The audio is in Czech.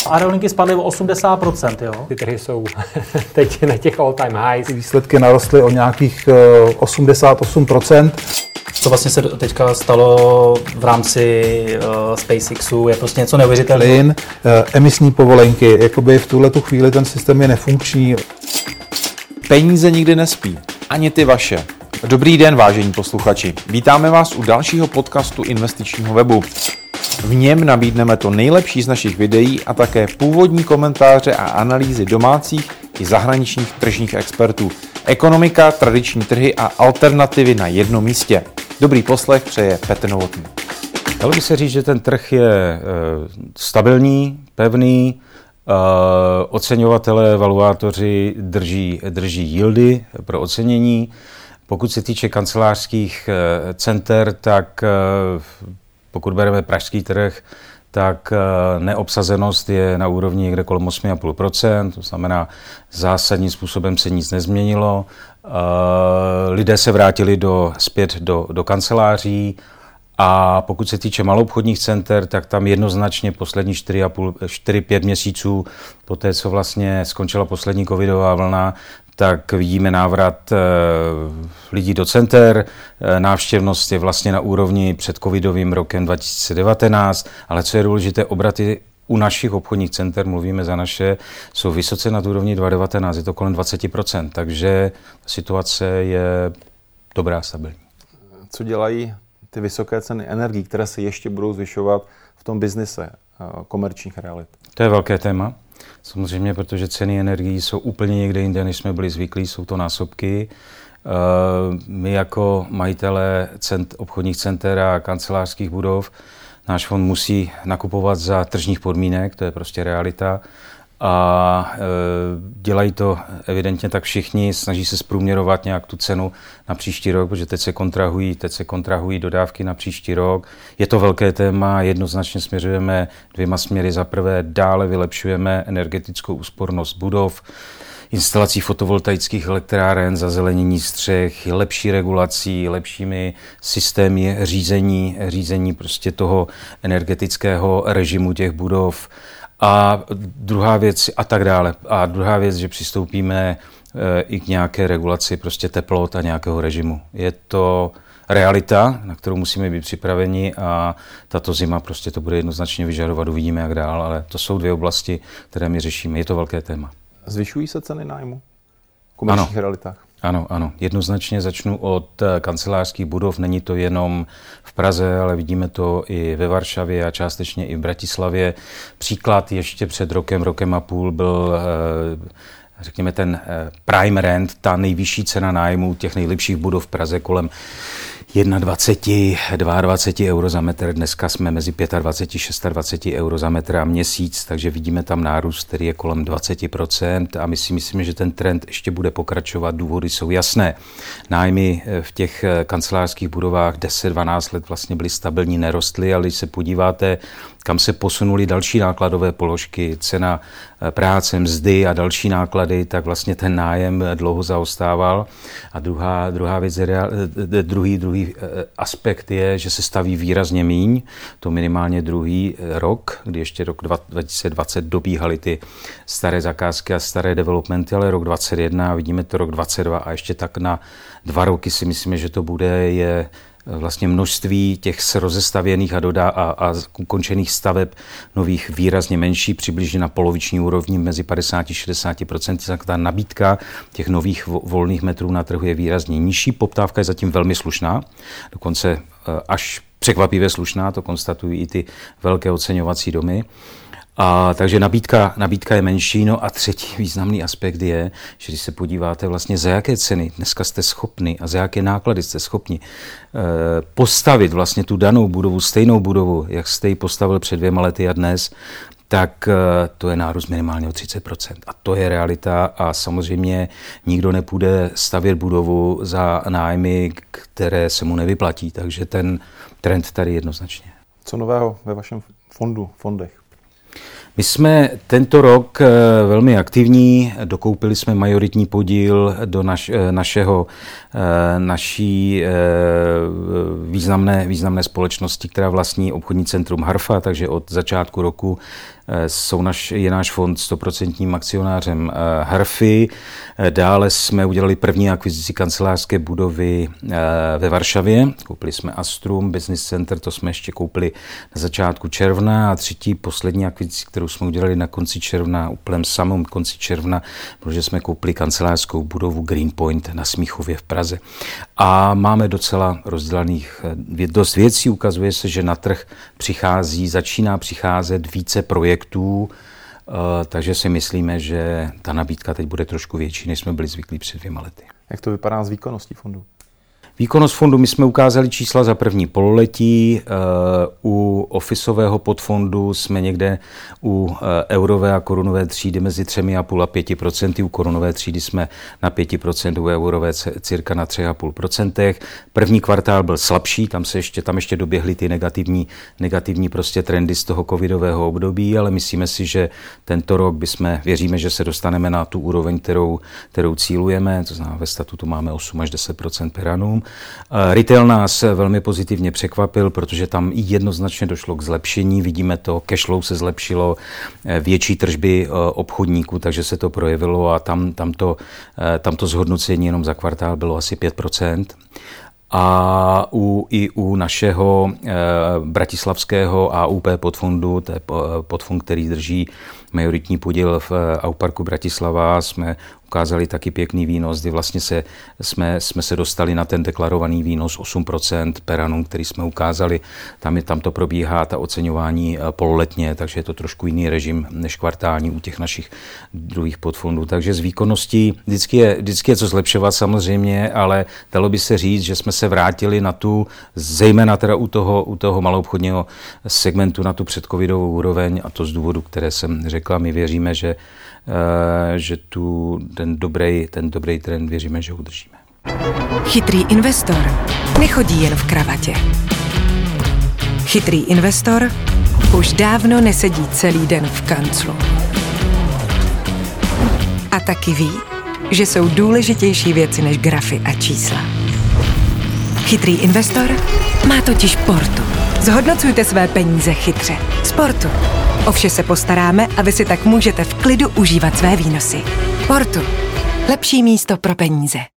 Aerolinky spadly o 80%, jo? Ty trhy jsou teď na těch all-time highs. Výsledky narostly o nějakých 88%. Co vlastně se teďka stalo v rámci SpaceXu, je prostě něco neuvěřitelného. Plyn, emisní povolenky, jakoby v tuhletu chvíli ten systém je nefunkční. Peníze nikdy nespí, ani ty vaše. Dobrý den, vážení posluchači. Vítáme vás u dalšího podcastu investičního webu. V něm nabídneme to nejlepší z našich videí a také původní komentáře a analýzy domácích i zahraničních tržních expertů. Ekonomika, tradiční trhy a alternativy na jednom místě. Dobrý poslech přeje Petr Novotný. Dalo by se říct, že ten trh je stabilní, pevný, oceňovatelé, valuátoři drží yieldy pro ocenění. Pokud se týče kancelářských center, tak pokud bereme pražský trh, tak neobsazenost je na úrovni někde kolem 8,5%, to znamená, zásadním způsobem se nic nezměnilo. Lidé se vrátili zpět do kanceláří a pokud se týče maloobchodních center, tak tam jednoznačně poslední 4-5 měsíců, po té, co vlastně skončila poslední covidová vlna, tak vidíme návrat lidí do center. Návštěvnost je vlastně na úrovni před covidovým rokem 2019, ale co je důležité, obraty u našich obchodních center, mluvíme za naše, jsou vysoce nad úrovní 2019, je to kolem 20%, takže situace je dobrá, stabilní. Co dělají ty vysoké ceny energií, které se ještě budou zvyšovat v tom biznise komerčních realit? To je velké téma. Samozřejmě, protože ceny energií jsou úplně někde jinde, než jsme byli zvyklí, jsou to násobky. My jako majitelé obchodních center a kancelářských budov, náš fond musí nakupovat za tržních podmínek, to je prostě realita. A dělají to evidentně tak všichni, snaží se zprůměrovat nějak tu cenu na příští rok, protože teď se kontrahují dodávky na příští rok. Je to velké téma, jednoznačně směřujeme dvěma směry. Za prvé dále vylepšujeme energetickou úspornost budov, instalací fotovoltaických elektráren, zazelenění střech, lepší regulací, lepšími systémy řízení prostě toho energetického režimu těch budov. A druhá věc a tak dále. A druhá věc, že přistoupíme i k nějaké regulaci prostě teplot a nějakého režimu. Je to realita, na kterou musíme být připraveni a tato zima prostě to bude jednoznačně vyžadovat, uvidíme jak dál, ale to jsou dvě oblasti, které my řešíme. Je to velké téma. Zvyšují se ceny nájmu v komerčních realitách? Ano. Jednoznačně začnu od kancelářských budov. Není to jenom v Praze, ale vidíme to i ve Varšavě a částečně i v Bratislavě. Příklad ještě před rokem a půl byl, řekněme, ten prime rent, ta nejvyšší cena nájmu těch nejlepších budov v Praze kolem 21, 22 euro za metr. Dneska jsme mezi 25, 26 euro za metr a měsíc, takže vidíme tam nárůst, který je kolem 20% a my si myslíme, že ten trend ještě bude pokračovat. Důvody jsou jasné. Nájmy v těch kancelářských budovách 10-12 let vlastně byly stabilní, nerostly, ale když se podíváte, kam se posunuly další nákladové položky, cena práce, mzdy a další náklady, tak vlastně ten nájem dlouho zaostával. A druhá věc, druhý aspekt je, že se staví výrazně míň, to minimálně druhý rok, kdy ještě rok 2020 dobíhaly ty staré zakázky a staré developmenty, ale rok 2021, vidíme to rok 2022 a ještě tak na 2 roky si myslíme, že to bude je vlastně množství těch rozestavěných a ukončených staveb nových výrazně menší, přibližně na poloviční úrovni mezi 50-60%. Tak ta nabídka těch nových volných metrů na trhu je výrazně nižší. Poptávka je zatím velmi slušná, dokonce až překvapivě slušná, to konstatují i ty velké oceňovací domy. Takže nabídka je menší. No a třetí významný aspekt je, že když se podíváte vlastně za jaké ceny dneska jste schopni a za jaké náklady jste schopni postavit vlastně tu danou budovu, stejnou budovu, jak jste ji postavil před 2 lety a dnes, tak to je nárůst minimálně o 30%. A to je realita a samozřejmě nikdo nepůjde stavět budovu za nájmy, které se mu nevyplatí. Takže ten trend tady jednoznačně. Co nového ve vašem fondech? My jsme tento rok velmi aktivní, dokoupili jsme majoritní podíl do naší významné společnosti, která vlastní obchodní centrum Harfa, takže od začátku roku je náš fond 100% akcionářem Harfy. Dále jsme udělali první akvizici kancelářské budovy ve Varšavě. Koupili jsme Astrum Business Center, to jsme ještě koupili na začátku června, a poslední akvizici, kterou jsme udělali na konci června, úplném samém konci června, protože jsme koupili kancelářskou budovu Greenpoint na Smíchově v Praze. A máme docela rozdělaných dost věcí. Ukazuje se, že na trh začíná přicházet více projektů, takže si myslíme, že ta nabídka teď bude trošku větší, než jsme byli zvyklí před 2 lety. Jak to vypadá s výkonností fondu? Výkonnost fondu, my jsme ukázali čísla za první pololetí. U ofisového podfondu jsme někde u eurové a korunové třídy mezi 3,5 a 5%. U korunové třídy jsme na 5%, u eurové cirka na 3,5%. První kvartál byl slabší, tam ještě doběhly ty negativní prostě trendy z toho covidového období, ale myslíme si, že tento rok věříme, že se dostaneme na tu úroveň, kterou cílujeme, to znamená ve statutu máme 8 až 10% per annum. Retail nás velmi pozitivně překvapil, protože tam jednoznačně došlo k zlepšení, vidíme to, cashflow se zlepšilo, větší tržby obchodníků, takže se to projevilo a tam to zhodnocení jenom za kvartál bylo asi 5%. A i u našeho bratislavského AUP podfondu, to je podfond, který drží majoritní podíl v Auparku Bratislava, jsme ukázali taky pěkný výnos, kdy vlastně jsme se dostali na ten deklarovaný výnos 8% per annum, který jsme ukázali. Tam to probíhá, ta oceňování pololetně, takže je to trošku jiný režim než kvartální u těch našich druhých podfondů. Takže z výkonností vždycky je co zlepšovat samozřejmě, ale dalo by se říct, že jsme se vrátili na tu, zejména teda u toho maloobchodního segmentu, na tu předcovidovou úroveň, a to z důvodu, které jsem řekl. My věříme, že ten dobrý trend věříme, že udržíme. Chytrý investor nechodí jen v kravatě. Chytrý investor už dávno nesedí celý den v kanclu. A taky ví, že jsou důležitější věci než grafy a čísla. Chytrý investor má totiž Portu. Zhodnocujte své peníze chytře. S Portu. O vše se postaráme a vy si tak můžete v klidu užívat své výnosy. Portu. Lepší místo pro peníze.